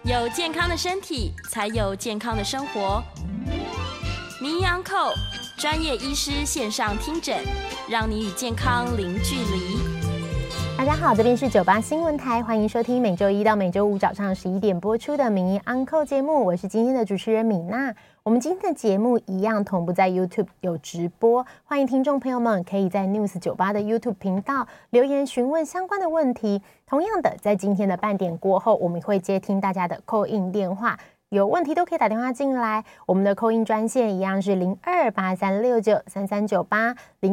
有健康的身体，才有健康的生活。名医安扣专业医师线上听诊，让你与健康零距离。 大家好，这边是98新闻台，欢迎收听每周一到每周五早上11点播出的名医安扣节目，我是今天的主持人米娜。我们今天的节目一样同步在 YouTube 有直播，欢迎听众朋友们可以在 News98 的 YouTube 频道留言询问相关的问题。同样的，在今天的半点过后，我们会接听大家的 call in 电话，有问题都可以打电话进来。我们的 call in 专线一样是0283693398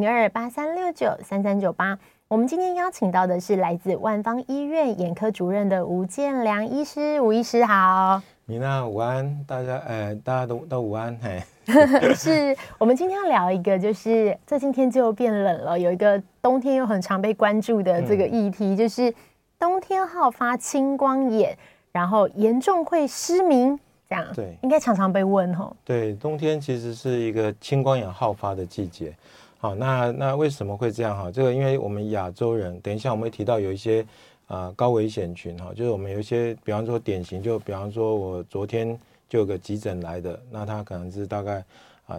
0283693398。我们今天邀请到的是来自万芳医院眼科主任的吴建良医师，吴医师好。 米娜午安，大家都午安。 是我们今天要聊一个，就是最近天气又变冷了，有一个冬天又很常被关注的这个议题，就是冬天好发青光眼，然后严重会失明，这样对， 应该常常被问吼。 对，冬天其实是一个青光眼好发的季节。好，那为什么会这样哈？这个因为我们亚洲人，等一下我们会提到有一些高危险群哈，就是我们有一些，比方说典型，就比方说我昨天就有个急诊来的，那他可能是大概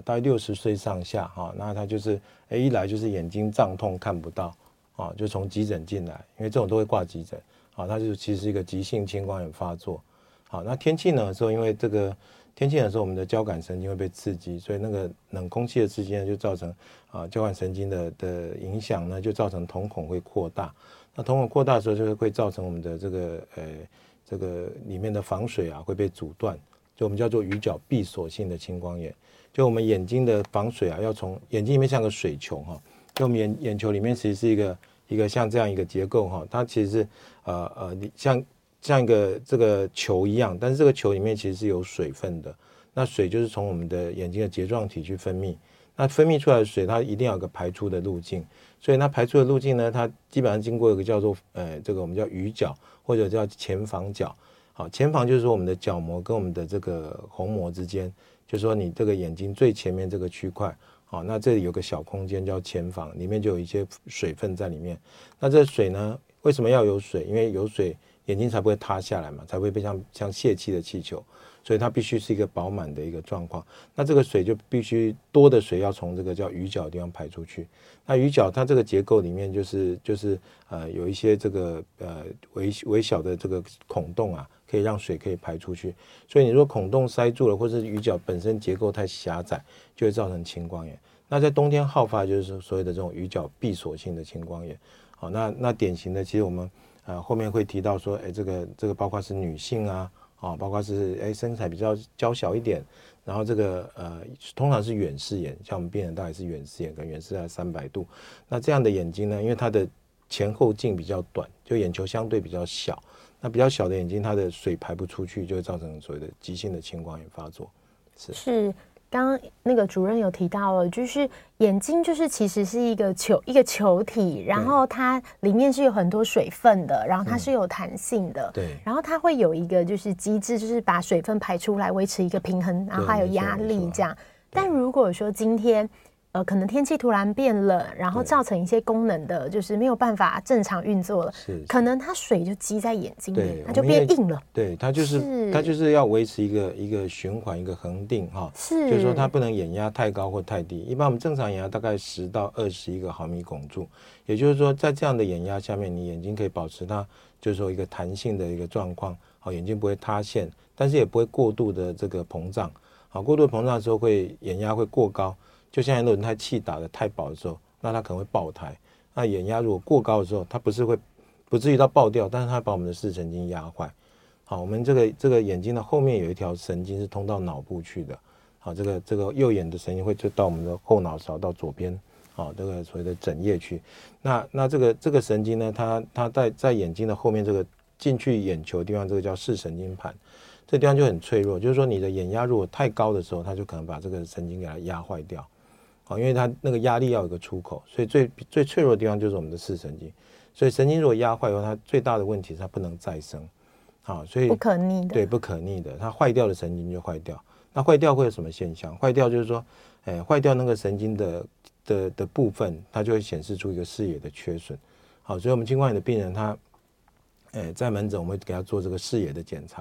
60岁上下哈，那他就是一来就是眼睛胀痛看不到啊，就从急诊进来，因为这种都会挂急诊啊，他就其实是一个急性青光眼发作。好，那天气呢？因为这个天气的时候，我们的交感神经会被刺激，所以那个冷空气的刺激呢，就造成交感神经的影响呢，就造成瞳孔会扩大。那瞳孔扩大的时候，就会造成我们的这个里面的防水会被阻断，就我们叫做鱼角闭锁性的青光眼。就我们眼睛的防水要从眼睛里面像个水球哈，就我们眼球里面其实是一个像这样一个结构哈，它其实是像一个这个球一样，但是这个球里面其实是有水分的。那水就是从我们的眼睛的睫状体去分泌，那分泌出来的水它一定要有个排出的路径，所以它排出的路径呢，它基本上经过一个叫做这个我们叫鱼角或者叫前房角。好，前房就是说我们的角膜跟我们的这个虹膜之间，就是说你这个眼睛最前面这个区块。好，那这里有个小空间叫前房，里面就有一些水分在里面。那这水呢，为什么要有水？因为有水眼睛才不会塌下来嘛，才会被像泄气的气球，所以它必须是一个饱满的一个状况。那这个水就必须多的水要从这个叫鱼角的地方排出去。那鱼角它这个结构里面就是有一些这个微小的这个孔洞可以让水可以排出去。所以你如果孔洞塞住了，或者是鱼角本身结构太狭窄，就会造成青光眼。那在冬天好发就是所谓的这种鱼角闭锁性的青光眼。好，那典型的其实我们后面会提到说，这个包括是女性包括是身材比较娇小一点，然后这个通常是远视眼，像我们病人大概是远视眼，跟远视在300度。那这样的眼睛呢，因为它的前后径比较短，就眼球相对比较小，那比较小的眼睛，它的水排不出去，就会造成所谓的急性的青光眼发作。 是。刚刚那个主任有提到了，就是眼睛就是其实是一个球体，然后它里面是有很多水分的，然后它是有弹性的， 对， 然后它会有一个就是机制，就是把水分排出来，维持一个平衡，然后还有压力这样。但如果说今天可能天气突然变冷，然后造成一些功能的就是没有办法正常运作了，可能它水就积在眼睛里，它就变硬了。 对，它就是要维持一个循环，一个恒定就是说它不能眼压太高或太低。一般我们正常眼压大概10到21个毫米汞柱，也就是说在这样的眼压下面，你眼睛可以保持它就是说一个弹性的一个状况，眼睛不会塌陷，但是也不会过度的这个膨胀。过度的膨胀的时候眼压会过高。就像轮胎气打得太饱的时候，那它可能会爆胎。那眼压如果过高的时候，它不至于到爆掉，但是它会把我们的视神经压坏。好，我们这个眼睛的后面有一条神经是通到脑部去的。好，这个右眼的神经会就到我们的后脑勺到左边，这个所谓的枕叶区。那这个神经呢，它在眼睛的后面这个进去眼球的地方，这个叫视神经盘。这地方就很脆弱，就是说你的眼压如果太高的时候，它就可能把这个神经给它压坏掉。因为它那个压力要有个出口，所以最脆弱的地方就是我们的视神经。所以神经如果压坏以后，它最大的问题是它不能再生。所以不可逆的。 对，不可逆的，它坏掉的神经就坏掉。那坏掉会有什么现象？坏掉就是说，坏掉那个神经的部分，它就会显示出一个视野的缺损。好，所以我们青光眼的病人他在门诊我们会给他做这个视野的检查。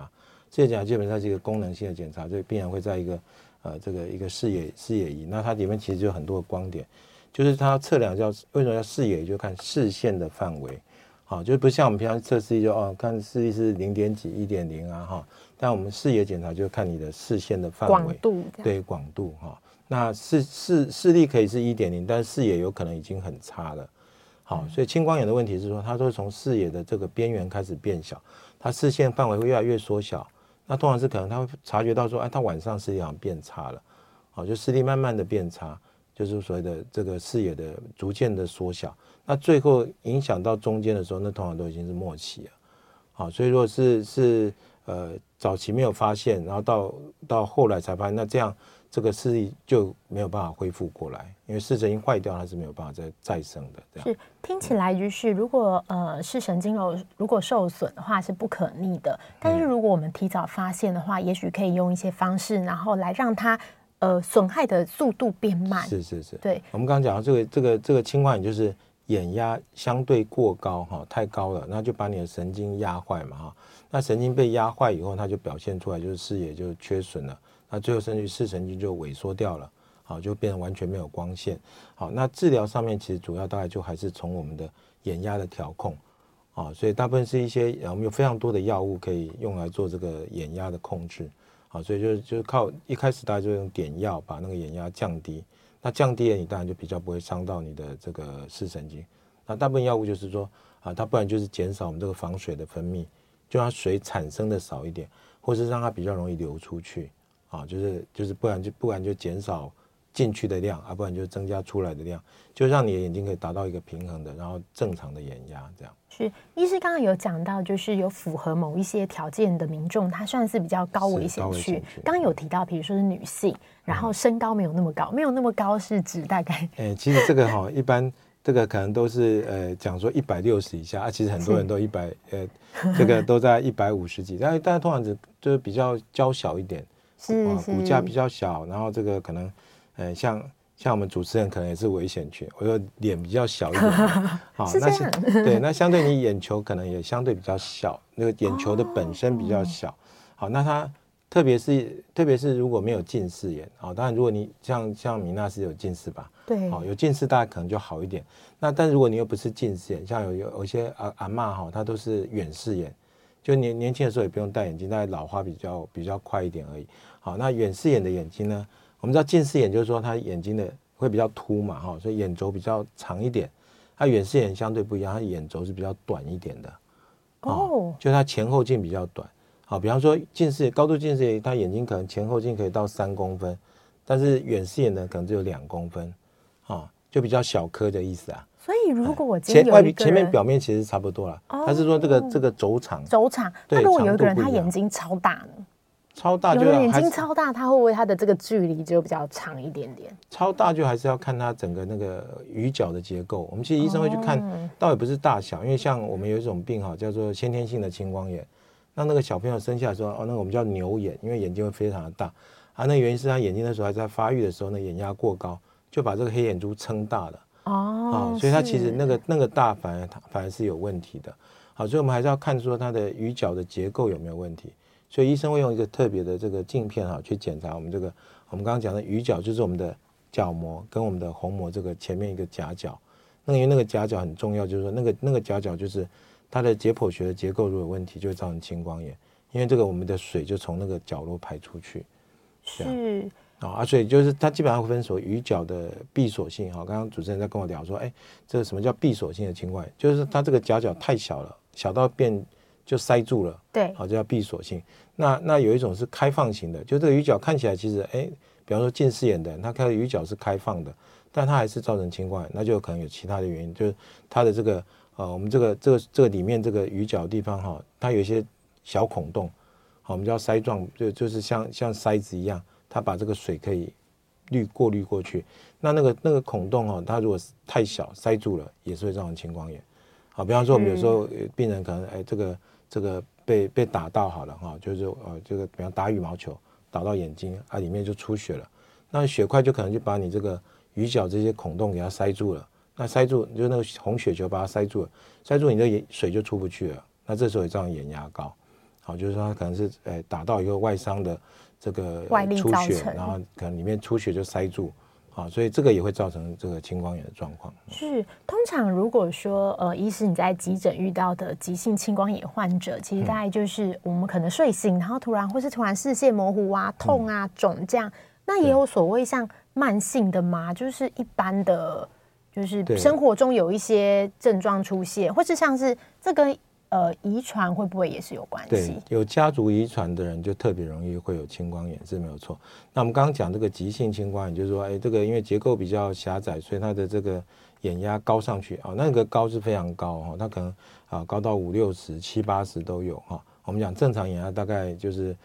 视野检查基本上是一个功能性的检查，所以病人会在一个一个视野仪，那它里面其实就有很多的光点，就是它测量为什么叫视野仪，就看视线的范围。好，就不像我们平常测视力就看视力是0.几1.0啊哈，但我们视野检查就看你的视线的范围， 广度， 对，广度哈。那视力可以是1.0，但是视野有可能已经很差了。好，所以青光眼的问题是说，它都是从视野的这个边缘开始变小，它视线范围会越来越缩小。那通常是可能他会察觉到说，他晚上视力好像变差了，好，就视力慢慢的变差，就是所谓的这个视野的逐渐的缩小。那最后影响到中间的时候，那通常都已经是末期了。好，所以如果是早期没有发现，然后到后来才发现，那这样这个视力就没有办法恢复过来，因为视神经坏掉，它是没有办法再生的。这样是听起来就是如果视神经肉如果受损的话是不可逆的，但是如果我们提早发现的话，也许可以用一些方式，然后来让它损害的速度变慢。 是， 对。 我们刚刚讲到这个青光眼就是眼压相对过高哈，太高了，那就把你的神经压坏嘛哈。那神经被压坏以后，它就表现出来就是视野就缺损了，那最后甚至视神经就萎缩掉了，好，就变成完全没有光线。好，那治疗上面其实主要大概就还是从我们的眼压的调控，好，所以大部分是一些我们有非常多的药物可以用来做这个眼压的控制。好，所以就是靠一开始大家就用点药把那个眼压降低。那降低了，你当然就比较不会伤到你的这个视神经。那大部分药物就是说它不然就是减少我们这个防水的分泌，就让水产生的少一点，或是让它比较容易流出去就是不然就减少进去的量不然就增加出来的量，就让你的眼睛可以达到一个平衡的，然后正常的眼压这样。 是，医师刚刚有讲到，就是有符合某一些条件的民众，他算是比较高危险区。刚刚有提到，比如说是女性，然后身高没有那么高，没有那么高是指大概？ 其实这个一般这个可能都是讲说160以下其实很多人都这个都在150几，但通常就是比较娇小一点，骨架比较小，然后这个可能像我们主持人可能也是危险群，我有脸比较小一点好， 是这样对，那相对你眼球可能也相对比较小，那个眼球的本身比较小，好，那它特别是如果没有近视眼，好，当然如果你像米娜是有近视吧， 对， 好，有近视大概可能就好一点。那但如果你又不是近视眼，像有一些阿嬷她都是远视眼，就年轻的时候也不用戴眼镜，大概老花比较快一点而已。好，那远视眼的眼睛呢？我们知道近视眼就是说它眼睛的会比较凸嘛，所以眼轴比较长一点。它远视眼相对不一样，它眼轴是比较短一点的。就它前后径比较短。好，比方说高度近视眼，它眼睛可能前后径可以到3公分，但是远视眼呢可能只有2公分，就比较小颗的意思啊。 所以如果我今天有一个人前面表面其实差不多了，它是说这个轴长。 那如果有一个人他眼睛超大呢？ 超大就有的眼睛超大，他会不会他的这个距离就比较长一点点？ 超大就还是要看他整个那个鱼角的结构。我们其实医生会去看，倒也不是大小，因为像我们有一种病叫做先天性的青光眼，那个小朋友生下来说那个我们叫牛眼，因为眼睛会非常的大那原因是他眼睛的时候还在发育的时候，那眼压过高，就把这个黑眼珠撑大了所以他其实那个大反而是有问题的。好，所以我们还是要看说他的鱼角的结构有没有问题。所以医生会用一个特别的这个镜片去检查我们我们刚刚讲的鱼角，就是我们的角膜跟我们的虹膜这个前面一个夹角。因为那个夹角很重要，就是说那个夹角就是它的解剖学的结构如果有问题，就会造成青光眼。因为这个我们的水就从那个角落排出去。 是所以就是它基本上会分所谓鱼角的闭锁性。刚刚主持人在跟我聊说，这个什么叫闭锁性的青光眼？就是它这个夹角太小了，小到就塞住了， 对， 好，就叫闭锁性。那有一种是开放型的，就这个鱼角看起来其实，比方说近视眼的人，他看鱼角是开放的，但它还是造成青光眼，那就有可能有其他的原因，就是它的这个我们这个里面这个鱼角的地方它有一些小孔洞，我们叫筛状，就是像筛子一样，它把这个水可以过滤过去。那个孔洞它如果是太小塞住了，也是会造成青光眼。好，比方说我们有时候病人可能这个被打到好了就是这个比方打羽毛球打到眼睛里面就出血了，那血块就可能就把你这个鱼角这些孔洞给它塞住了，那塞住就那个红血球把它塞住了，塞住你的水就出不去了，那这时候也造成眼压高。 好，就是说它可能是打到一个外伤的这个外力出血， 造成， 然后可能里面出血就塞住。啊，所以这个也会造成这个青光眼的状况。 是，通常如果说医师你在急诊遇到的急性青光眼患者，其实大概就是我们可能睡醒，然后突然视线模糊啊、痛啊、肿这样。那也有所谓像慢性的吗？就是一般的，就是生活中有一些症状出现，或是像是这个。遗传会不会也是有关系？ 对，有家族遗传的人就特别容易会有青光眼，是没有错。那我们刚刚讲这个急性青光眼，就是说，这个因为结构比较狭窄，所以它的这个眼压高上去啊，那个高是非常高哈，它可能高到50、60、70、80都有哈。我们讲正常眼压大概就是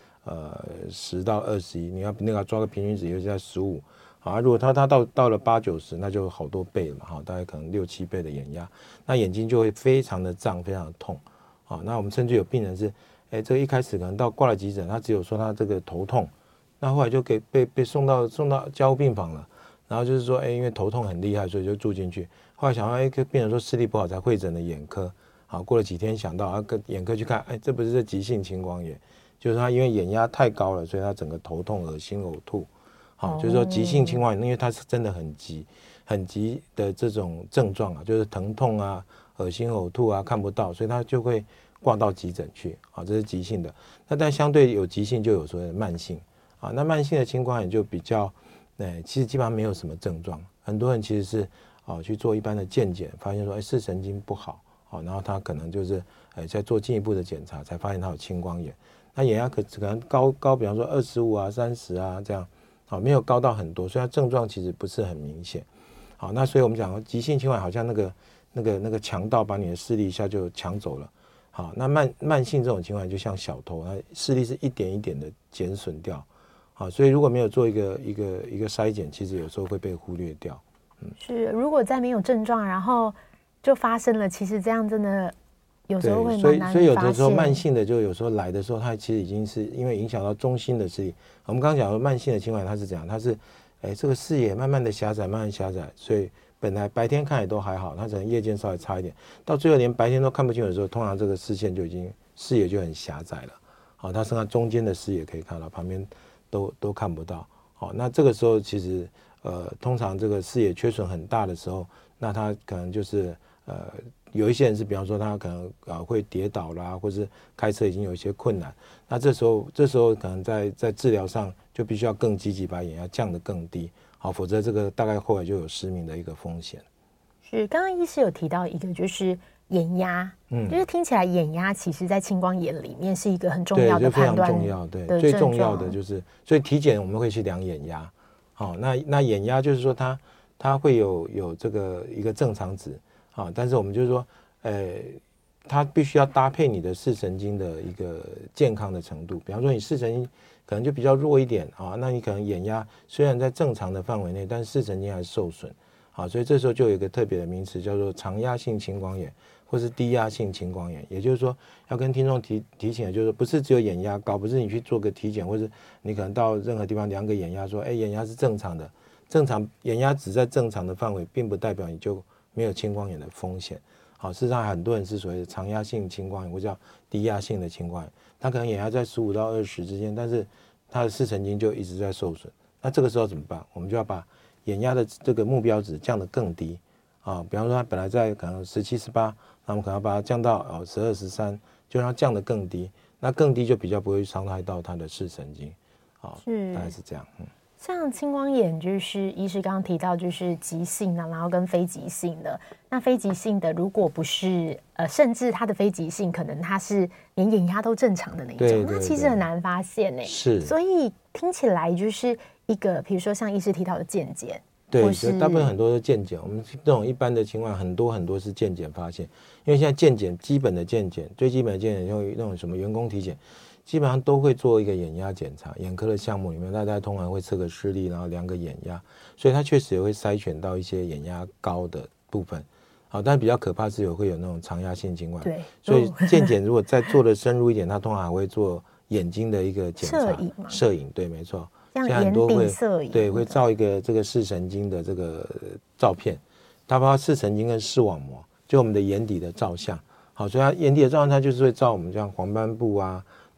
10到21，你要那个抓个平均值，也就是在15。好，如果它到了80、90，那就好多倍了嘛，哈，大概可能6、7倍的眼压，那眼睛就会非常的胀，非常的痛。好，那我们甚至有病人是，这个一开始可能挂了急诊，他只有说他这个头痛，那后来就被送到加护病房了，然后就是说，因为头痛很厉害，所以就住进去。后来想到，病人说视力不好才会诊的眼科，好，过了几天想到跟眼科去看，这不是急性青光眼，就是他因为眼压太高了，所以他整个头痛、恶心、呕吐，好，就是说急性青光眼，因为它是真的很急的这种症状啊，就是疼痛啊、恶心、呕吐啊，看不到，所以他就会挂到急诊去啊，这是急性的。那但相对有急性就有所谓的慢性啊，那慢性的青光眼就比较，其实基本上没有什么症状。很多人其实是去做一般的健检，发现说视神经不好，然后他可能就是在做进一步的检查，才发现他有青光眼。那眼压可能高，比方说25啊、30啊这样，好，没有高到很多，所以它症状其实不是很明显。好，那所以我们讲急性青光眼好像那个强盗把你的视力一下就抢走了。好，那慢性这种情况就像小偷，它视力是一点一点的减损掉。好，所以如果没有做一个筛检，其实有时候会被忽略掉。 是，如果在没有症状，然后就发生了，其实这样真的有时候会蛮难发现。 所以有的时候慢性的就有时候来的时候，它其实已经是因为影响到中心的视力。我们刚刚讲的慢性的青光眼，它是怎样？它是这个视野慢慢的狭窄，所以本来白天看也都还好，它可能夜间稍微差一点，到最后连白天都看不清的时候，通常这个视线就已经视野就很狭窄了。好，它剩下中间的视野可以看到，旁边都看不到。好，那这个时候其实通常这个视野缺损很大的时候，那它可能就是有一些人是比方说他可能会跌倒啦，或是开车已经有一些困难，那这时候可能在治疗上就必须要更积极，把眼压降得更低。好，否则这个大概后来就有失明的一个风险。 是，刚刚医师有提到一个就是眼压，就是听起来眼压其实在青光眼里面是一个很重要的判断， 对，非常重要，对，最重要的就是，所以体检我们会去量眼压。好，那眼压就是说它会有这个一个正常值啊，但是我们就是说，它必须要搭配你的视神经的一个健康的程度。比方说你视神经可能就比较弱一点啊，那你可能眼压虽然在正常的范围内，但是视神经还是受损。好，所以这时候就有一个特别的名词叫做常压性青光眼，或是低压性青光眼。也就是说，要跟听众提醒的就是，不是只有眼压高，不是你去做个体检，或是你可能到任何地方量个眼压，说，眼压是正常的，眼压只在正常的范围，并不代表你就没有青光眼的风险。好，事实上很多人是所谓的常压性青光眼，或叫低压性的青光眼，他可能眼压在15到20之间，但是他的视神经就一直在受损。那这个时候怎么办？我们就要把眼压的这个目标值降得更低啊，比方说它本来在可能17、18，那我们可能要把它降到12、13，就让它降得更低。那更低就比较不会伤害到它的视神经，大概是这样。 像青光眼，就是医师刚刚提到，就是急性的，然后跟非急性的。那非急性的，如果不是甚至它的非急性，可能它是连眼压都正常的那种，那其实很难发现呢。 是， 所以听起来就是一个，比如说像医师提到的健检， 对，所以大部分很多都是健检。我们这种一般的情况，很多是健检发现，因为现在健检基本的健检，最基本的健检，用那种什么员工体检。基本上都会做一个眼压检查，眼科的项目里面，大家通常会测个视力，然后量个眼压，所以它确实也会筛选到一些眼压高的部分。好，但比较可怕是会有那种常压性青光眼，所以健检如果再做的深入一点，它通常还会做眼睛的一个检查，摄影，对，没错， 像眼底摄影， 对，会照一个这个视神经的这个照片，它包括视神经跟视网膜，就我们的眼底的照相。好，所以它眼底的照相，它就是会照我们像黄斑部啊。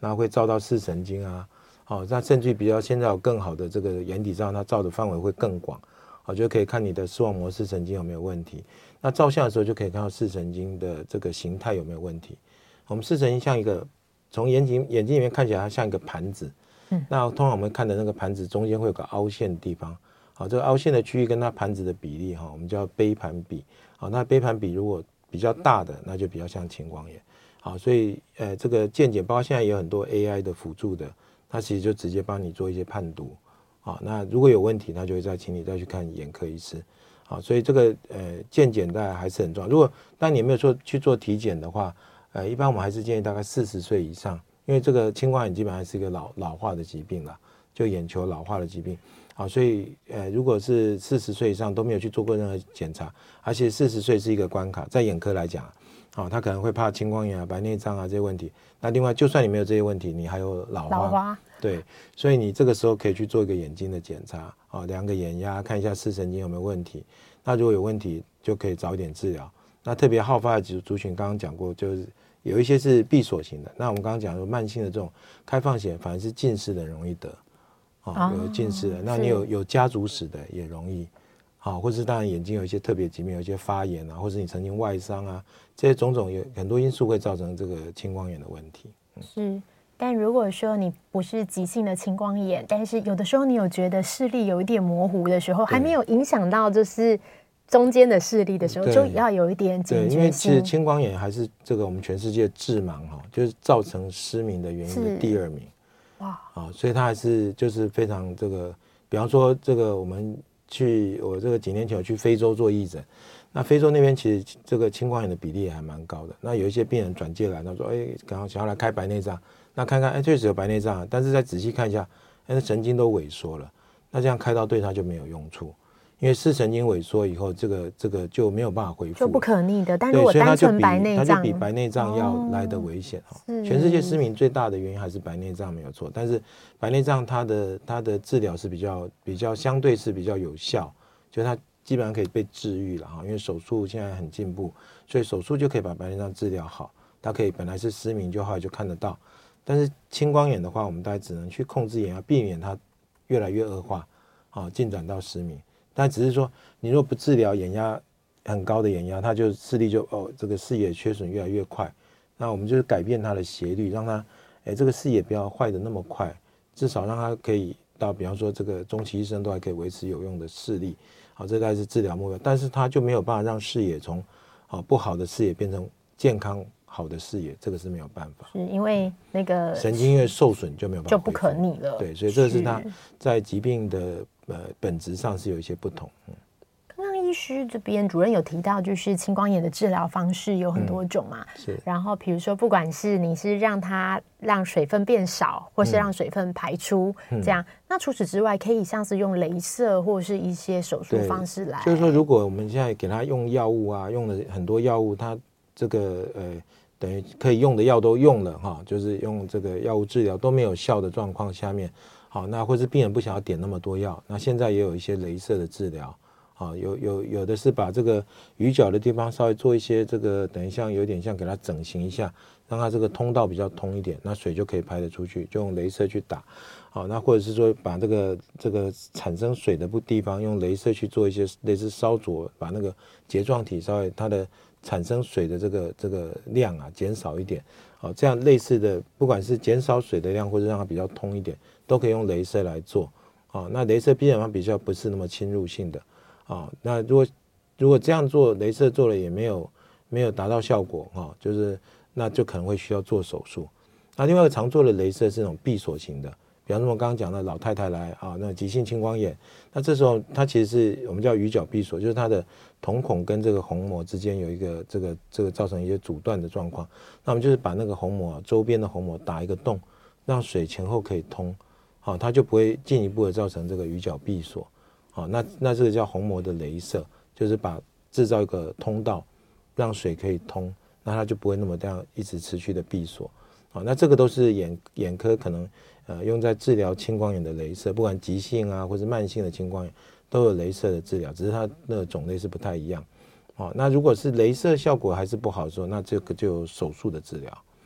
然后会照到视神经啊，那甚至比较现在有更好的这个眼底照，它照的范围会更广，就可以看你的视网膜视神经有没有问题。那照相的时候就可以看到视神经的这个形态有没有问题。我们视神经像一个从眼睛里面看起来它像一个盘子，那通常我们看的那个盘子中间会有个凹陷的地方，这个凹陷的区域跟它盘子的比例我们叫杯盘比，那杯盘比如果比较大的，那就比较像青光眼。所以这个健检包括现在也有很多 AI 的辅助的，它其实就直接帮你做一些判读，那如果有问题，它就会请你再去看眼科医师。所以这个健检大概还是很重要。如果当你没有说去做体检的话，一般我们还是建议大概40岁以上，因为这个青光眼基本上是一个老化的疾病啦，就眼球老化的疾病。所以如果是40岁以上都没有去做过任何检查，而且40岁是一个关卡，在眼科来讲他可能会怕青光眼啊、白内障啊这些问题。那另外就算你没有这些问题，你还有老花，对，所以你这个时候可以去做一个眼睛的检查，量个眼压，看一下视神经有没有问题。那如果有问题就可以早一点治疗。那特别好发的族群刚刚讲过，就是有一些是闭锁型的，那我们刚刚讲说慢性的这种开放型反而是近视的容易得，有近视的，那你有家族史的也容易，或是当然眼睛有一些特别疾病，有一些发炎啊，或是你曾经外伤啊，这些种种有很多因素会造成这个青光眼的问题。 是，但如果说你不是急性的青光眼，但是有的时候你有觉得视力有一点模糊的时候，还没有影响到就是中间的视力的时候，就要有一点警觉性。 因为其实青光眼还是这个我们全世界致盲就是造成失明的原因的第2名。哇，所以它还是就是非常这个，比方说这个我这个几年前有去非洲做义诊，那非洲那边其实这个青光眼的比例也还蛮高的。那有一些病人转介来，他说刚好想要来开白内障，那看看确实有白内障，但是再仔细看一下，那神经都萎缩了，那这样开刀对他就没有用处。因为视神经萎缩以后，这个就没有办法恢复， 就不可逆的。但如果单纯白内障， 它就比白内障要来的危险。全世界失明最大的原因还是白内障没有错，但是白内障它的治疗是比较相对是比较有效，就它基本上可以被治愈了因为手术现在很进步，所以手术就可以把白内障治疗好，它可以本来是失明就后来就看得到。但是青光眼的话，我们大概只能去控制眼压，避免它越来越恶化，进展到失明。但只是说，你如果不治疗眼压很高的眼压，它就视力就这个视野缺损越来越快。那我们就是改变它的斜率，让它这个视野不要坏的那么快，至少让它可以到比方说这个终其一生都还可以维持有用的视力。这大概是治疗目标，但是它就没有办法让视野从不好的视野变成健康好的视野，这个是没有办法。 是因为那个神经因为受损就没有办法， 就不可逆了。 对，所以这是它在疾病的本质上是有一些不同。 刚刚医师这边主任有提到，就是青光眼的治疗方式有很多种嘛， 是。 然后比如说，不管是你是让水分变少，或是让水分排出，这样。那除此之外，可以像是用雷射或是一些手术方式来。 就是说，如果我们现在给他用药物啊，用了很多药物，他这个等于可以用的药都用了就是用这个药物治疗都没有效的状况下面。那或是病人不想要点那么多药，那现在也有一些雷射的治疗，有的是把这个鱼角的地方稍微做一些这个等于有点像给它整形一下，让它这个通道比较通一点，那水就可以排得出去，就用雷射去打。那或者是说把这个产生水的地方用雷射去做一些类似烧灼，把那个睫状体稍微它的产生水的这个量减少一点，这样类似的不管是减少水的量或者让它比较通一点，都可以用雷射来做。那雷射基本上比较不是那么侵入性的。那如果这样做，雷射做了也没有达到效果，就是那就可能会需要做手术。那另外一个常做的雷射是那种闭锁型的，比方说我刚刚讲的老太太来那急性青光眼，那这时候它其实是我们叫鱼角闭锁，就是它的瞳孔跟这个虹膜之间有一个这个造成一些阻断的状况。那我们就是把那个虹膜周边的虹膜打一个洞，让水前后可以通，它就不会进一步的造成这个鱼角闭锁。那这个叫虹膜的雷射，就是制造一个通道，让水可以通，那它就不会那么这样一直持续的闭锁。那这个都是眼科可能用在治疗青光眼的雷射，不管急性或者慢性的青光眼都有雷射的治疗，只是它的种类是不太一样。那如果是雷射效果还是不好的时候，那这个就有手术的治疗。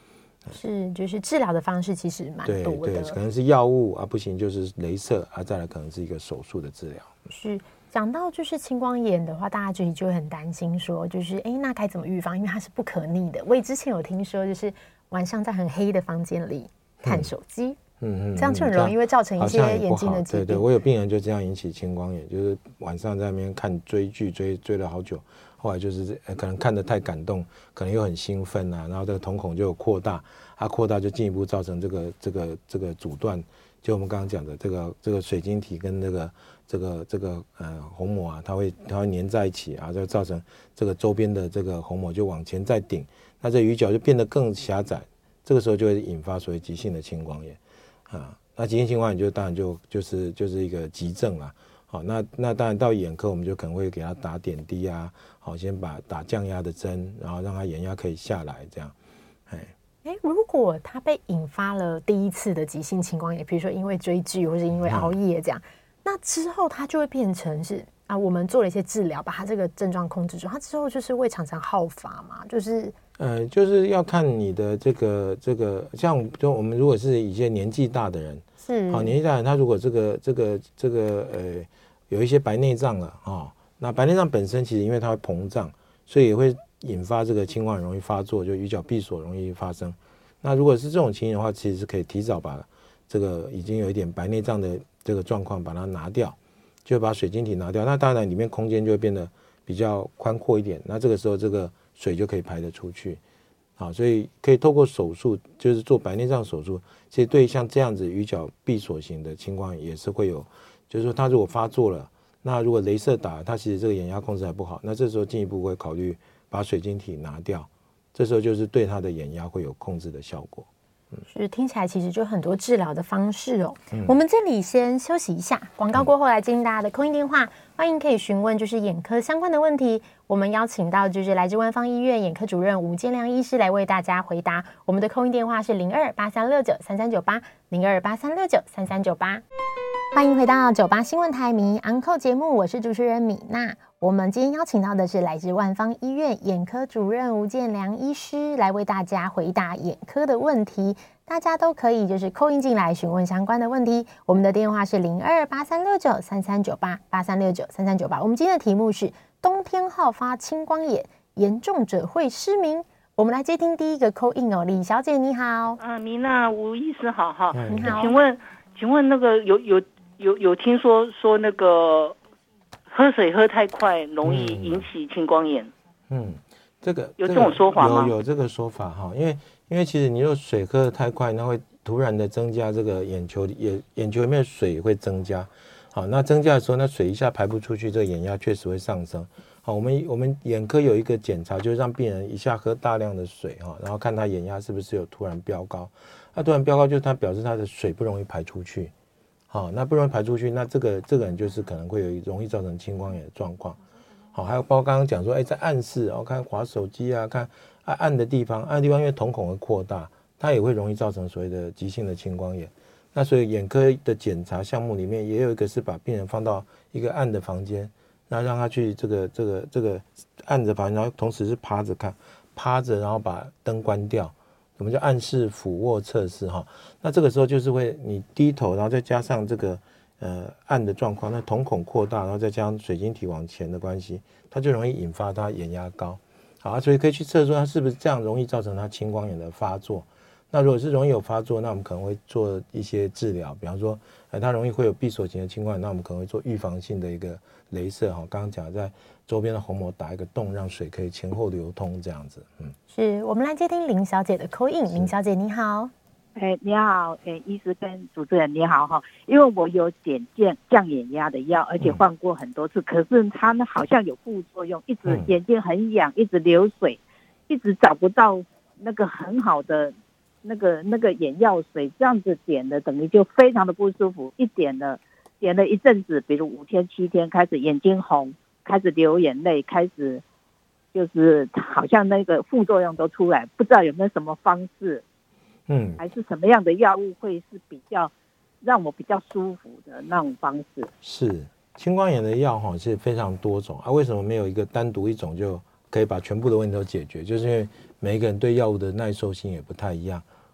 是，就是治疗的方式其实蛮多的， 对，可能是药物啊，不行就是雷射啊，再来可能是一个手术的治疗。 是。讲到就是青光眼的话，大家就会很担心说，就是那该怎么预防？因为它是不可逆的。我也之前有听说，就是晚上在很黑的房间里看手机，这样就很容易会造成一些眼睛的疾病。 对，我有病人就这样引起青光眼，就是晚上在那边看追剧，追了好久，后来就是可能看得太感动，可能又很兴奋啊，然后这个瞳孔就有扩大，扩大就进一步造成这个阻断，就我们刚刚讲的这个水晶体跟这个虹膜啊，它会粘在一起啊，就造成这个周边的这个虹膜就往前再顶，那这鱼角就变得更狭窄，这个时候就会引发所谓急性的青光眼啊。那急性青光眼当然就是一个急症啦。好，那当然到眼科我们就可能会给他打点滴啊，好，先打降压的针，然后让他眼压可以下来这样。 如果他被引发了第一次的急性青光眼，比如说因为追剧或是因为熬夜这样。那之后他就会变成是我们做了一些治疗，把他这个症状控制住，他之后就是会常常好发嘛， 就是要看你的这个像就我们如果是一些年纪大的人， 是好年纪大的人，他如果有一些白内障了那白内障本身其实因为它会膨胀，所以也会引发这个青光眼容易发作，就鱼角闭锁容易发生。那如果是这种情形的话，其实是可以提早把这个已经有一点白内障的这个状况把它拿掉，就把水晶体拿掉，那当然里面空间就会变得比较宽阔一点，那这个时候这个水就可以排得出去。好，所以可以透过手术，就是做白内障手术，其实对像这样子鱼角闭锁型的青光眼也是会有，就是说它如果发作了，那如果雷射打它其实这个眼压控制还不好，那这时候进一步会考虑把水晶体拿掉，这时候就是对它的眼压会有控制的效果。 是听起来其实就很多治疗的方式哦。我们这里先休息一下，广告过后来接听大家的空音电话，欢迎可以询问就是眼科相关的问题。我们邀请到就是来自万芳医院眼科主任吴建良医师来为大家回答。我们的空音电话是0283693398 0283693398。欢迎回到98新闻台名医安扣节目，我是主持人米娜。我们今天邀请到的是来自万芳医院眼科主任吴建良医师来为大家回答眼科的问题，大家都可以就是call in进来询问相关的问题。我们的电话是0283693398 83693398。我们今天的题目是冬天好发青光眼，严重者会失明。我们来接听第一个call in李小姐你好。 米娜吴医师好哈。 你好。 请问那个有听说那个喝水喝太快容易引起青光眼？ 这个有这种说法吗？ 有这个说法哈，因为其实你若水喝得太快，那会突然的增加这个眼球里面的水会增加。好，那增加的时候，那水一下排不出去，这个眼压确实会上升。好，我们眼科有一个检查，就是让病人一下喝大量的水然后看他眼压是不是有突然飙高。那突然飙高就是它表示他的水不容易排出去。好，那不容易排出去，那这个人就是可能会容易造成青光眼的状况。好，还有包括刚刚讲说，在暗室看滑手机啊，看暗的地方因为瞳孔会扩大，它也会容易造成所谓的急性的青光眼。那所以眼科的检查项目里面也有一个是把病人放到一个暗的房间，那让他去这个暗的房间，然后同时是趴着，然后把灯关掉。我们叫暗视俯卧测试那这个时候就是会你低头，然后再加上这个暗的状况，那瞳孔扩大，然后再加上水晶体往前的关系，它就容易引发它眼压高。好，所以可以去测出它是不是这样容易造成它青光眼的发作。那如果是容易有发作，那我们可能会做一些治疗，比方说它容易会有闭锁型的青光眼，那我们可能会做预防性的一个雷射刚刚讲在周边的虹膜打一个洞，让水可以前后流通这样子。 是我们来接听林小姐的 call in。 林小姐你好。 你好，医师跟主持人你好哈，因为我有点降眼压的药，而且换过很多次，可是它呢好像有副作用，一直眼睛很痒，一直流水，一直找不到那个很好的那个眼药水，这样子点的等于就非常的不舒服，点了一阵子，比如5天7天，开始眼睛红，开始流眼泪，开始就是好像那个副作用都出来，不知道有没有什么方式还是什么样的药物会是比较让我比较舒服的那种方式。 是青光眼的药是非常多种为什么没有一个单独一种就可以把全部的问题都解决？就是因为每一个人对药物的耐受性也不太一样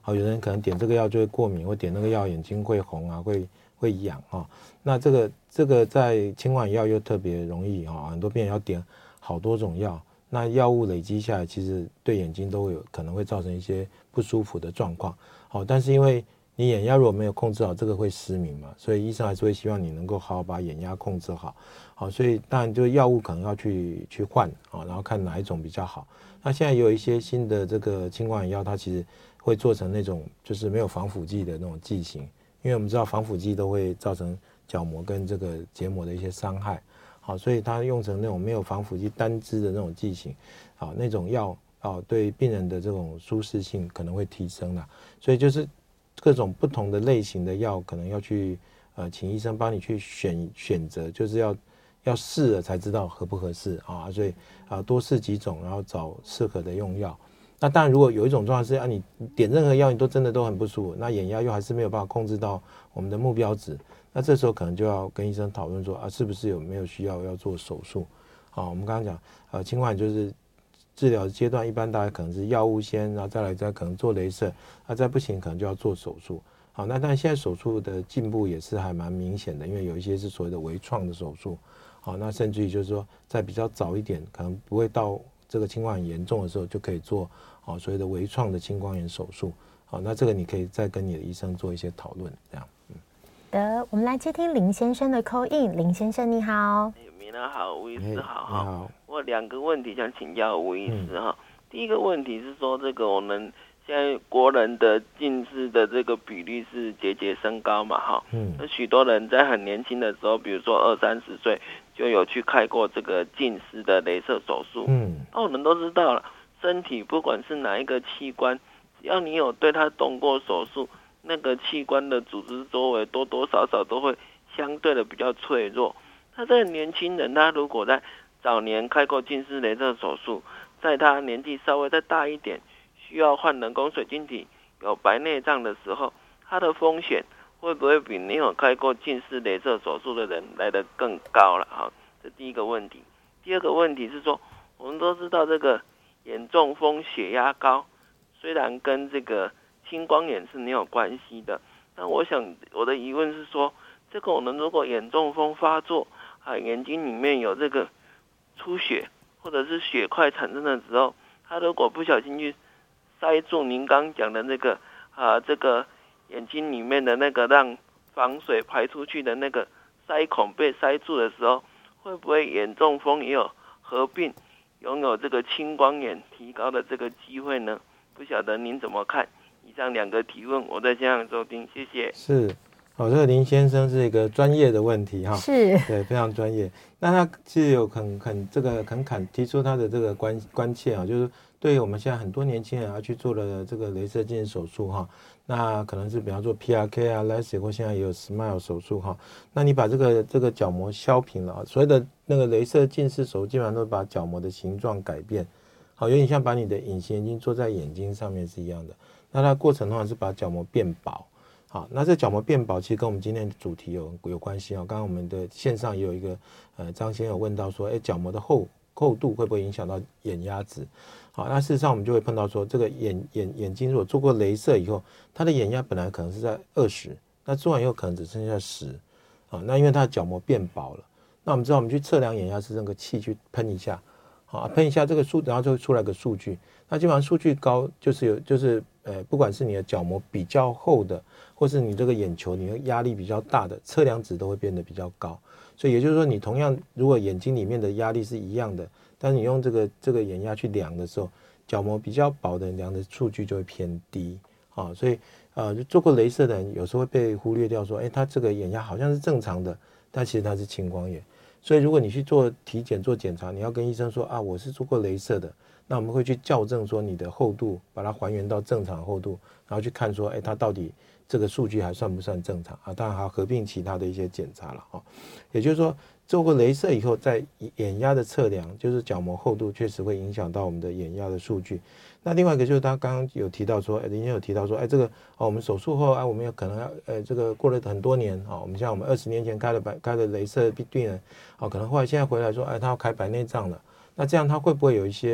好，有人可能点这个药就会过敏，或点那个药眼睛会红啊，会痒哈。那这个在清冠药又特别容易哈，很多病人要点好多种药，那药物累积下来，其实对眼睛都会有可能会造成一些不舒服的状况。好，但是因为你眼压如果没有控制好，这个会失明嘛，所以医生还是会希望你能够好好把眼压控制好。好，所以当然就药物可能要去换啊，然后看哪一种比较好。那现在也有一些新的这个青光眼药，它其实会做成那种就是没有防腐剂的那种剂型，因为我们知道防腐剂都会造成角膜跟这个结膜的一些伤害。好，所以它用成那种没有防腐剂单支的那种剂型，好，那种药对病人的这种舒适性可能会提升啦。所以就是各种不同的类型的药，可能要去请医生帮你去选择，就是要试了才知道合不合适啊。所以多试几种，然后找适合的用药。那当然，如果有一种状况是你点任何药你真的都很不舒服，那眼压又还是没有办法控制到我们的目标值，那这时候可能就要跟医生讨论说是不是有没有需要做手术。好，我们刚刚讲青光眼就是治疗阶段，一般大概可能是药物先，然后再可能做雷射，再不行可能就要做手术。好，那但是现在手术的进步也是还蛮明显的，因为有一些是所谓的微创的手术。好，那甚至于就是说在比较早一点，可能不会到这个青光眼严重的时候，就可以做所谓的微创的青光眼手术。好，那这个你可以再跟你的医生做一些讨论，这样。 的，我们来接听林先生的 call in。林先生你好。 米娜好，吴医师好。 你好。 我有2个问题想请教吴医师哈。第一个问题是说，这个我们现在国人的近视的这个比例是节节升高嘛哈。那许多人在很年轻的时候，比如说20-30岁，就有去开过这个近视的雷射手术。那我们都知道了，身体不管是哪一个器官，只要你有对它动过手术，那个器官的组织周围多多少少都会相对的比较脆弱。那这个年轻人，他如果在早年开过近视雷射手术，在他年纪稍微再大一点，需要换人工水晶体、有白内障的时候，他的风险会不会比没有开过近视雷射手术的人来得更高了？好，这第一个问题。第二个问题是说，我们都知道这个眼中风、血压高，虽然跟这个青光眼是没有关系的，但我的疑问是说，这个我们如果眼中风发作眼睛里面有这个出血或者是血块产生的时候，他如果不小心去塞住您刚讲的那个这个眼睛里面的那个让防水排出去的那个塞孔被塞住的时候，会不会眼中风也有合并拥有这个青光眼提高的这个机会呢？不晓得您怎么看？以上2个提问，我在线上收听，谢谢。 是，这个林先生是一个专业的问题哈， 是， 对，非常专业。那他其实有很恳恳提出他的这个关切就是对于我们现在很多年轻人去做了这个雷射近视手术那可能是比方说 PRK LASIK 或现在也有 SMILE 手术那你把这个角膜削平了所谓的那个雷射近视手术基本上都把角膜的形状改变，有点像把你的隐形眼镜做在眼睛上面是一样的。那它过程通常是把角膜变薄。好，那这角膜变薄其实跟我们今天的主题有关系刚刚我们的线上也有一个张先生有问到说角膜的厚度会不会影响到眼压值。好，那事实上我们就会碰到说这个眼睛如果做过雷射以后，它的眼压本来可能是在20，那做完以后可能只剩下10。那因为它的角膜变薄了，那我们知道我们去测量眼压是用个气去喷一下，喷一下这个然后就会出来个数据。那基本上数据高就是不管是你的角膜比较厚的，或是你这个眼球你的压力比较大的，测量值都会变得比较高。所以也就是说，你同样如果眼睛里面的压力是一样的，但是你用这个眼压去量的时候，角膜比较薄的人量的数据就会偏低。所以做过雷射的人有时候会被忽略掉说，他这个眼压好像是正常的，但其实他是青光眼。所以如果你去做体检做检查，你要跟医生说我是做过雷射的，那我们会去校正说你的厚度，把它还原到正常厚度，然后去看说它到底这个数据还算不算正常当然还要合并其他的一些检查了也就是说做过雷射以后，在眼压的测量，就是角膜厚度确实会影响到我们的眼压的数据。那另外一个就是他刚刚有提到说林先生有提到说这个我们手术后我们有可能要这个过了很多年我们像我们20年前开了雷射病人可能后来现在回来说他要开白内障了，那这样他会不会有一些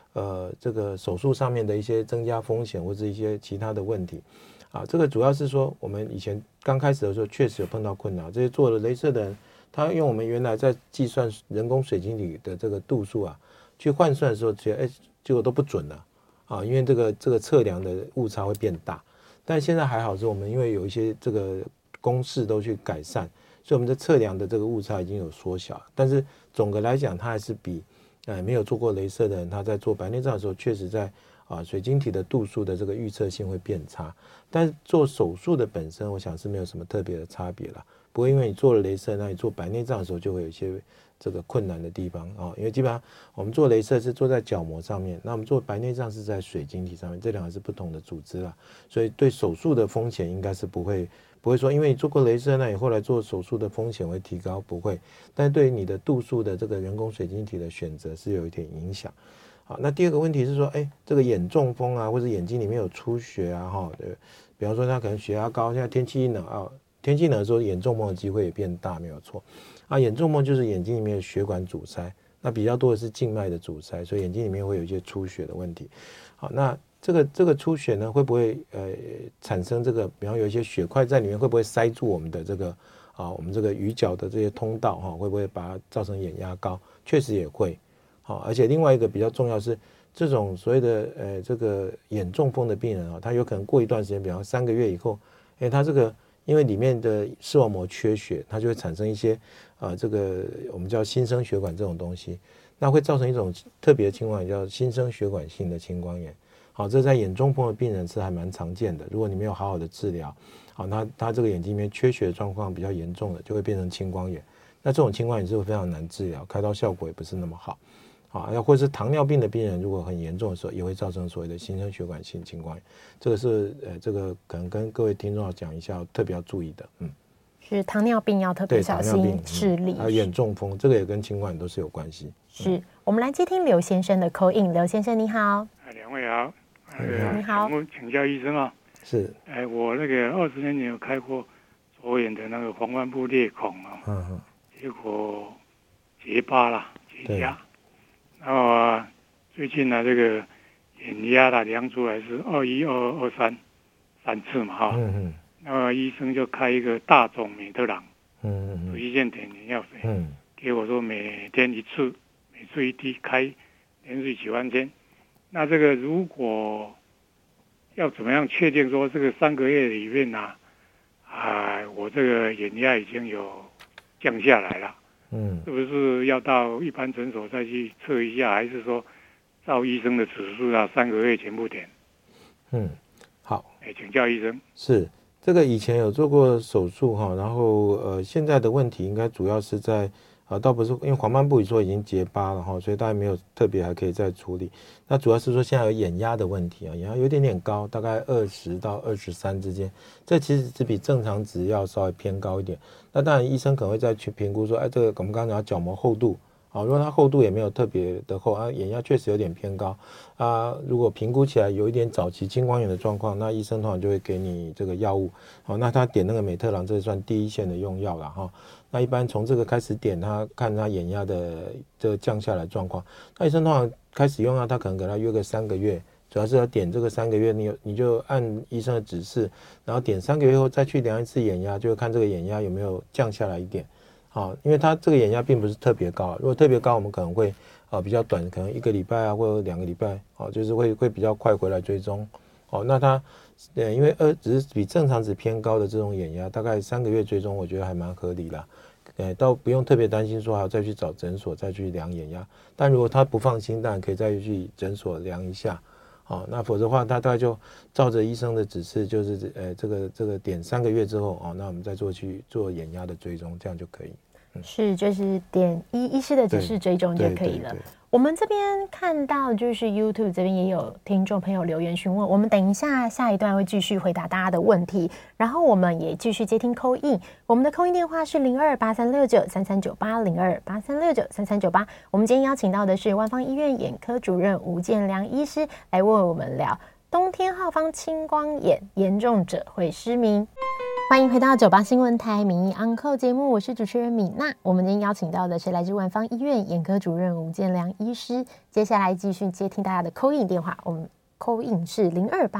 这个手术上面的一些增加风险或者一些其他的问题啊。这个主要是说我们以前刚开始的时候确实有碰到困难，这些做了雷射的人，他用我们原来在计算人工水晶体的这个度数啊，去换算的时候，结果都不准了啊，因为这个测量的误差会变大。但现在还好，是我们因为有一些这个公式都去改善，所以我们的测量的这个误差已经有缩小。但是总的来讲，它还是比没有做过雷射的人，他在做白内障的时候，确实在水晶体的度数的这个预测性会变差。但是做手术的本身，我想是没有什么特别的差别啦，不会因为你做了雷射，那你做白内障的时候就会有一些这个困难的地方啊。因为基本上我们做雷射是做在角膜上面，那我们做白内障是在水晶体上面，这两个是不同的组织啦，所以对手术的风险应该是不会说因为你做过雷射，那你后来做手术的风险会提高，不会。但是对于你的度数的这个人工水晶体的选择是有一点影响。好，那第二个问题是说，这个眼中风啊，或者眼睛里面有出血啊，比方说他可能血压高，现在天气一冷啊，天气冷的时候眼中风的机会也变大，没有错啊。眼中风就是眼睛里面的血管阻塞，那比较多的是静脉的阻塞，所以眼睛里面会有一些出血的问题。好，那这个出血呢，会不会产生这个，比方有一些血块在里面，会不会塞住我们的这个我们这个鱼角的这些通道会不会把它造成眼压高？确实也会。而且另外一个比较重要是，这种所谓的这个眼中风的病人他有可能过一段时间，比方3个月以后，他这个因为里面的视网膜缺血，它就会产生一些这个我们叫新生血管这种东西，那会造成一种特别的情况，叫新生血管性的青光眼。好，这在眼中风的病人是还蛮常见的。如果你没有好好的治疗，好，那他这个眼睛里面缺血的状况比较严重的，就会变成青光眼。那这种青光眼是会非常难治疗，开刀效果也不是那么好。好，或者是糖尿病的病人，如果很严重的时候，也会造成所谓的新生血管性青光眼。这个是这个可能跟各位听众要讲一下，特别要注意的。 是糖尿病要特别小心视力， 还有眼中风，这个也跟青光眼都是有关系。 是我们来接听刘先生的 call in。刘先生你好。 两位好。 你好。 请教医生啊。 是。 我那个20年前有开过左眼的那个黄斑部裂孔结果结疤了，结痂。然后最近呢，这个眼压量出来是21、22、23 3次嘛那么医生就开一个大种美特朗主一线碘眼药水给我说每天1次，每次1滴，开连续9万天。那这个如果要怎么样确定说这个3个月里面我这个眼压已经有降下来了？是不是要到一般诊所再去测一下，还是说照医生的指示3个月全部点？ 好， 请教医生。 是这个以前有做过手术然后现在的问题应该主要是在倒不是因为黄斑部说已经结疤了所以大概没有特别还可以再处理。那主要是说现在有眼压的问题眼压有点高，大概20到23之间，这其实只比正常值要稍微偏高一点。那当然医生可能会再去评估说这个我们刚刚讲角膜厚度如果它厚度也没有特别的厚眼压确实有点偏高如果评估起来有一点早期青光眼的状况，那医生通常就会给你这个药物那他点那个美特朗，这算第一线的用药了那一般从这个开始点，他看他眼压的这个降下来状况，那医生通常开始用药，他可能给他约个3个月，主要是要点这个3个月，你就按医生的指示，然后点3个月后再去量一次眼压，就看这个眼压有没有降下来一点因为他这个眼压并不是特别高，如果特别高我们可能会比较短，可能1个礼拜或者2个礼拜就是会比较快回来追踪那他因为只是比正常值偏高的这种眼压，大概3个月追踪，我觉得还蛮合理啦。倒不用特别担心说还要再去找诊所再去量眼压，但如果他不放心，当然可以再去诊所量一下那否则的话他大概就照着医生的指示，就是这个点3个月之后那我们再去做眼压的追踪，这样就可以。 是，就是点医师的指示追踪就可以了。我们这边看到就是 YouTube 这边也有听众朋友留言询问，我们等一下下一段会继续回答大家的问题，然后我们也继续接听 call in， 我们的 call in 电话是0283693398 我们今天邀请到的是万芳医院眼科主任吴建良医师来为我们聊冬天浩方青光眼，严重者会失明。 欢迎回到98新闻台民意 Uncle 节目，我是主持人米娜。我们今天邀请到的是来自万芳医院眼科主任吴建良医师。接下来继续接听大家的 call in 电话，我们 call in 是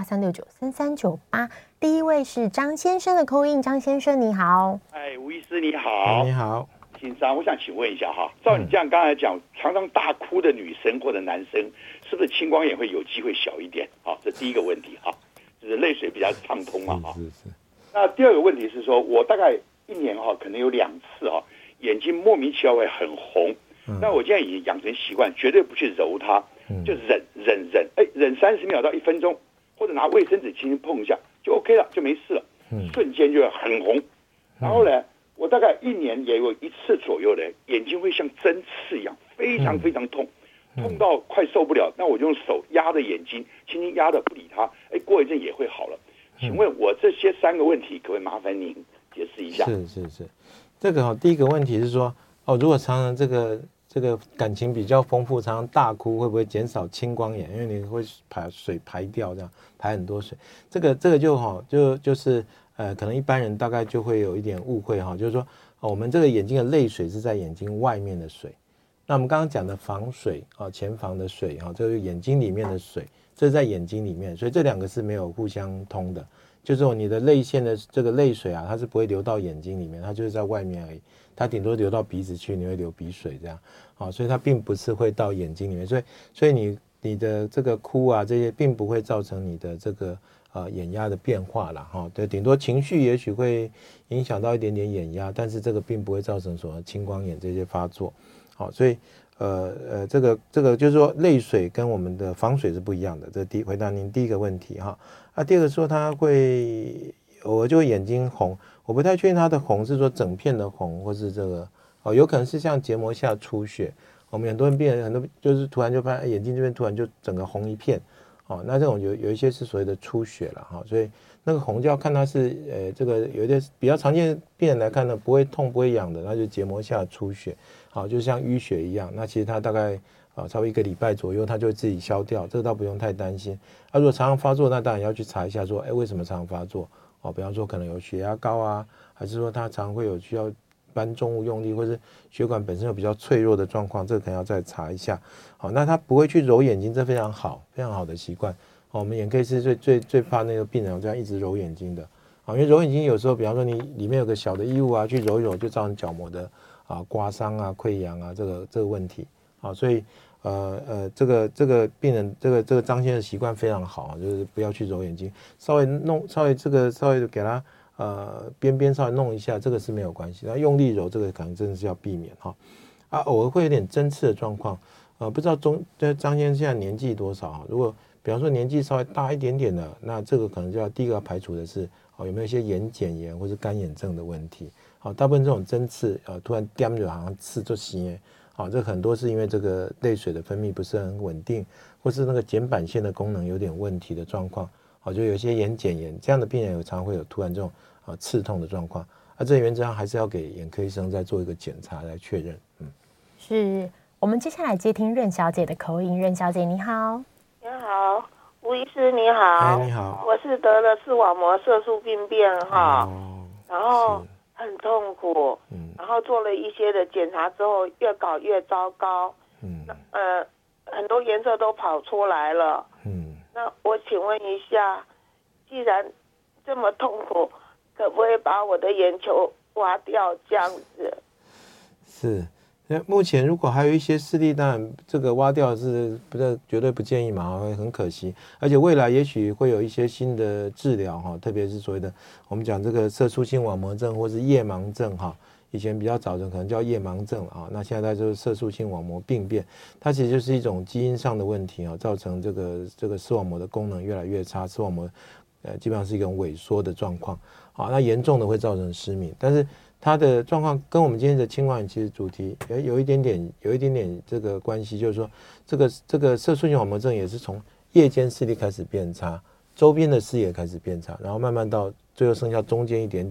0283693398。第一位是张先生的 call in， 张先生你好。 吴医师你好。 你好， 先生，我想请问一下哈，照你这样刚才讲，常常大哭的女生或者男生，是不是青光眼会有机会小一点？好，这第一个问题哈，就是泪水比较畅通嘛哈。 是。 那第二个问题是说，我大概一年哈，可能有2次哈，眼睛莫名其妙会很红。那我现在已经养成习惯，绝对不去揉它，就忍，忍30秒到1分钟，或者拿卫生纸轻轻碰一下就 OK 了，就没事了。瞬间就会很红。然后呢，我大概1年也有1次左右的眼睛会像针刺一样，非常非常痛，痛到快受不了。那我就用手压着眼睛，轻轻压着不理它，过一阵也会好了。请问我这些3个问题，可不可以麻烦您解释一下？ 是，这个第一个问题是说，如果常常这个感情比较丰富，常常大哭，会不会减少青光眼？因为你会把水排掉，这样排很多水。这个就是可能一般人大概就会有一点误会哈，就是说我们这个眼睛的泪水是在眼睛外面的水，那我们刚刚讲的防水前防的水这个眼睛里面的水。这是在眼睛里面，所以这2个是没有互相通的。就是说你的泪腺的这个泪水它是不会流到眼睛里面，它就是在外面而已，它顶多流到鼻子去，你会流鼻水这样。所以它并不是会到眼睛里面，所以你的这个哭这些并不会造成你的这个眼压的变化啦对，顶多情绪也许会影响到一点点眼压，但是这个并不会造成什么青光眼这些发作。所以这个就是说泪水跟我们的防水是不一样的，这回答您第一个问题哈。第二个说它会偶尔就会眼睛红，我不太确定它的红是说整片的红，或是这个有可能是像结膜下出血。我们很多人病人很多就是突然就发现眼睛这边突然就整个红一片那这种有一些是所谓的出血了所以那个红就要看它是这个有一些比较常见的病人来看呢，不会痛不会痒的，那就结膜下出血就像淤血一样，那其实它大概超过1个礼拜左右它就会自己消掉，这个倒不用太担心。如果常常发作，那当然要去查一下说为什么常常发作比方说可能有血压高还是说它常会有需要搬重物用力，或是血管本身有比较脆弱的状况，这个可能要再查一下。那他不会去揉眼睛，这非常好的习惯。我们眼科医师最怕那个病人这样一直揉眼睛的因为揉眼睛有时候比方说你里面有个小的异物去揉一揉，就造成角膜的刮伤溃疡这个问题所以这个病人这个张先生的习惯非常好就是不要去揉眼睛，稍微给他边边稍微弄一下，这个是没有关系。那用力揉这个可能真的是要避免偶尔会有点针刺的状况不知道张先生现在年纪多少如果比方说年纪稍微大一点点的，那这个可能就要第一个要排除的是有没有一些眼睑炎或是干眼症的问题大部分这种针刺突然掂着好像刺就行这很多是因为这个泪水的分泌不是很稳定，或是那个睑板腺的功能有点问题的状况就有一些眼睑炎这样的病人常会有突然这种刺痛的状况这原则上还是要给眼科医生再做一个检查来确认。 是我们接下来接听任小姐的口音。任小姐你好。 你好，吴医师你好。 你好， 我是得了视网膜色素病变然后很痛苦然后做了一些的检查之后越搞越糟糕很多颜色都跑出来了那我请问一下，既然这么痛苦，可不可以把我的眼球挖掉这样子？ 是目前如果还有一些视力，当然这个挖掉是绝对不建议嘛，会很可惜。而且未来也许会有一些新的治疗特别是所谓的我们讲这个色素性网膜症或是夜盲症以前比较早的可能叫夜盲症那现在就是色素性网膜病变，它其实就是一种基因上的问题造成这个视网膜的功能越来越差，视网膜基本上是一种萎缩的状况那严重的会造成失明，但是它的状况跟我们今天的青光眼其实主题有一点点这个关系，就是说这个色素性网膜症也是从夜间视力开始变差，周边的视野开始变差，然后慢慢到最后剩下中间一点点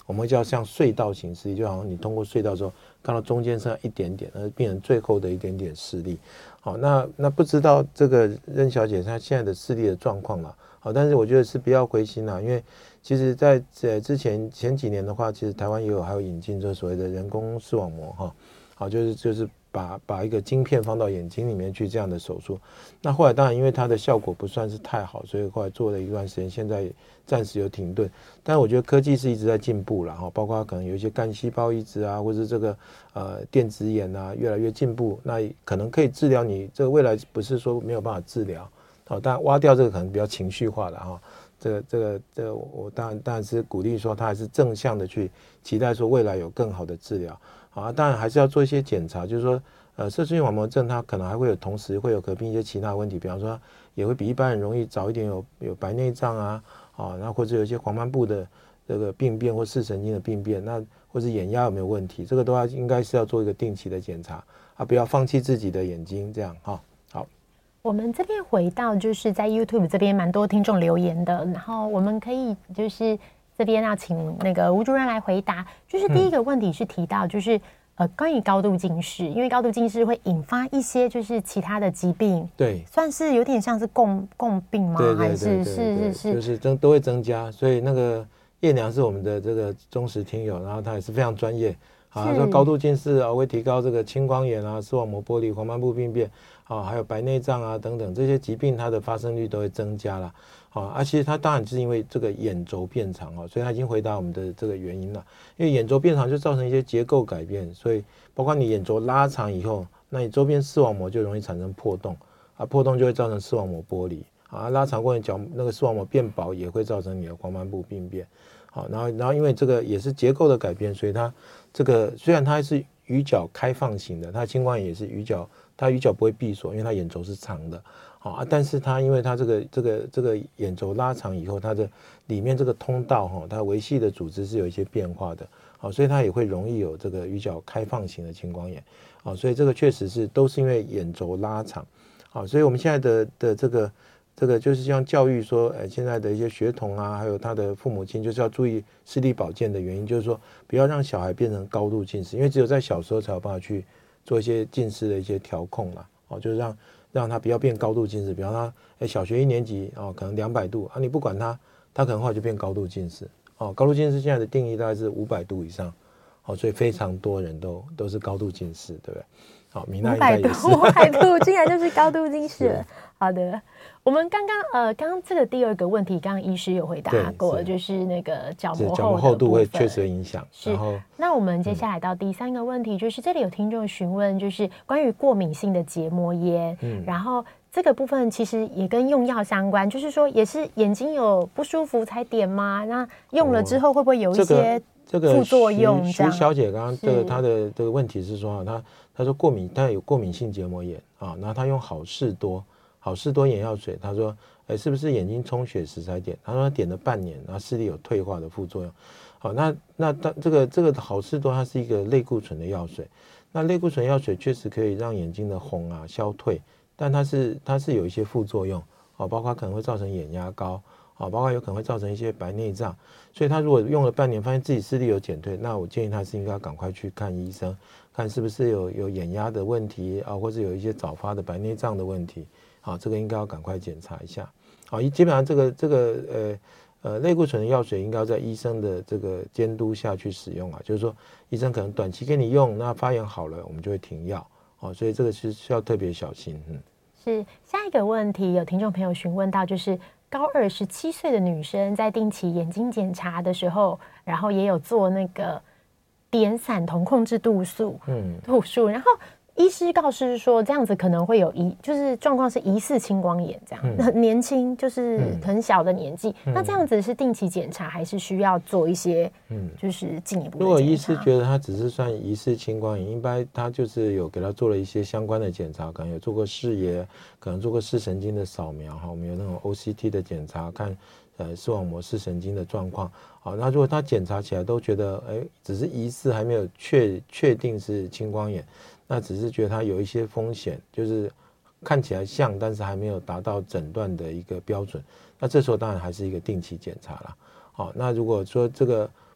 我们会叫像隧道型视力，就好像你通过隧道之后看到中间剩下一点点，而变成最后的一点点视力。好，那不知道这个任小姐她现在的视力的状况啦。好，但是我觉得是不要灰心啦，因为其实在之前前几年的话，其实台湾还有引进这所谓的人工视网膜哈。好，就是把一个晶片放到眼睛里面去这样的手术。那后来当然因为它的效果不算是太好，所以后来做了一段时间，现在暂时有停顿。但我觉得科技是一直在进步啦，包括可能有一些干细胞移植啊，或是这个电子眼啊越来越进步，那可能可以治疗你这个未来不是说没有办法治疗。好，但挖掉这个可能比较情绪化的哈，这个我当然是鼓励说他还是正向的去期待说未来有更好的治疗。好，当然还是要做一些检查，就是说色素性网膜症它可能还会同时会有合并一些其他问题，比方说也会比一般人容易早一点有白内障啊，然后或者有一些黄斑部的这个病变或视神经的病变，那或是眼压有没有问题，这个都应该是要做一个定期的检查啊，不要放弃自己的眼睛这样哈。好， 我们这边回到就是在 YouTube 这边蛮多听众留言的，然后我们可以就是这边要请那个吴主任来回答。就是第一个问题是提到就是关于高度近视，因为高度近视会引发一些就是其他的疾病， 对， 算是有点像是共病吗？ 对， 还是就是都会增加。所以那个叶娘是我们的这个忠实听友，然后她也是非常专业。好，说高度近视会提高这个青光眼啊、视网膜剥离、黄斑部病变还有白内障啊等等这些疾病，它的发生率都会增加啦。其实它当然是因为这个眼轴变长所以它已经回答我们的这个原因了。因为眼轴变长就造成一些结构改变，所以包括你眼轴拉长以后，那你周边视网膜就容易产生破洞破洞就会造成视网膜剥离拉长过程那个视网膜变薄，也会造成你的黄斑部病变。好，然后因为这个也是结构的改变，所以它这个虽然它是鱼角开放型的，它青光眼也是鱼角，它鱼角不会闭锁，因为它眼轴是长的。但是它因为它这个眼轴拉长以后，它的里面这个通道它维系的组织是有一些变化的。所以它也会容易有这个鱼角开放型的青光眼。所以这个确实是都是因为眼轴拉长。所以我们现在的这个就是像教育说现在的一些学童啊，还有他的父母亲就是要注意视力保健的原因，就是说不要让小孩变成高度近视，因为只有在小时候才有办法去做一些近视的一些调控啦。就是让他不要变高度近视，比方他小学1年级可能200度你不管他可能后来就变高度近视。高度近视现在的定义大概是500度以上。所以非常多人都是高度近视，对不对？好，米娜应该也是 500度竟然就是高度近视了。好的，我们刚刚这个第二个问题，刚刚医师有回答过，就是那个角膜厚度会确实影响。 是，那我们接下来到第3个问题，就是这里有听众询问，就是关于过敏性的结膜炎，然后这个部分其实也跟用药相关，就是说也是眼睛有不舒服才点吗？那用了之后会不会有一些副作用？ 徐小姐刚刚她的这个问题是说她说过敏，她有过敏性结膜炎然后她用好事多眼药水，她说是不是眼睛充血时才点？她说她点了半年，然后视力有退化的副作用。好，那这个好事多它是一个类固醇的药水，那类固醇药水确实可以让眼睛的红消退，但它是有一些副作用包括可能会造成眼压高包括有可能会造成一些白内障，所以他如果用了半年发现自己视力有减退，那我建议他是应该赶快去看医生，看是不是有眼压的问题或者有一些早发的白内障的问题这个应该要赶快检查一下。基本上这个类固醇的药水应该要在医生的这个监督下去使用就是说医生可能短期给你用，那发炎好了我们就会停药所以这个是需要特别小心。 是，下一个问题有听众朋友询问到，就是高2 17岁的女生在定期眼睛检查的时候，然后也有做那个点散瞳控制度数，然后医师告知说这样子可能会有就是状况是疑似青光眼这样，很年轻，就是很小的年纪，那这样子是定期检查还是需要做一些就是进一步的检查？ 如果医师觉得他只是算疑似青光眼，应该他就是有给他做了一些相关的检查，可能有做过视野，可能做过视神经的扫描我们有那种 OCT 的检查，看视网膜视神经的状况。好，那如果他检查起来都觉得只是疑似，还没有确定是青光眼，那只是觉得它有一些风险，就是看起来像，但是还没有达到诊断的一个标准，那这时候当然还是一个定期检查啦。好，那如果说这个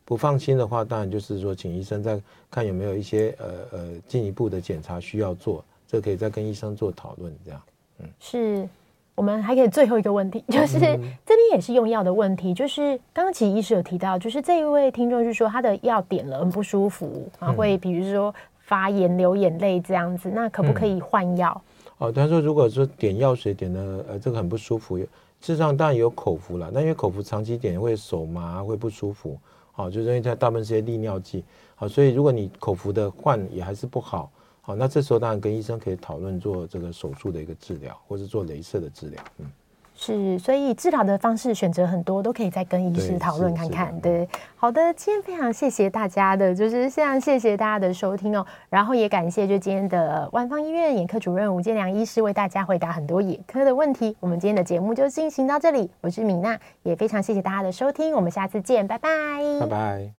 不放心的话，当然就是说请医生再看有没有一些进一步的检查需要做，这可以再跟医生做讨论，这样。 是。我们还可以最后一个问题，就是这边也是用药的问题，就是刚刚其实医师有提到，就是这一位听众是说他的药点了很不舒服，然后会比如说发炎流眼泪这样子，那可不可以换药？ 他说如果说点药水点的这个很不舒服，事实上当然有口服啦，那因为口服长期点会手麻会不舒服，就是因为它大部分是些利尿剂，所以如果你口服的换也还是不好。好，那这时候当然跟医生可以讨论做这个手术的一个治疗，或是做雷射的治疗。 是，所以治疗的方式选择很多，都可以再跟医师讨论看看。对，好的，今天非常谢谢大家的，就是非常谢谢大家的收听哦，然后也感谢就今天的万芳医院眼科主任吴建良医师为大家回答很多眼科的问题。我们今天的节目就进行到这里，我是米娜，也非常谢谢大家的收听，我们下次见，拜拜， 拜拜。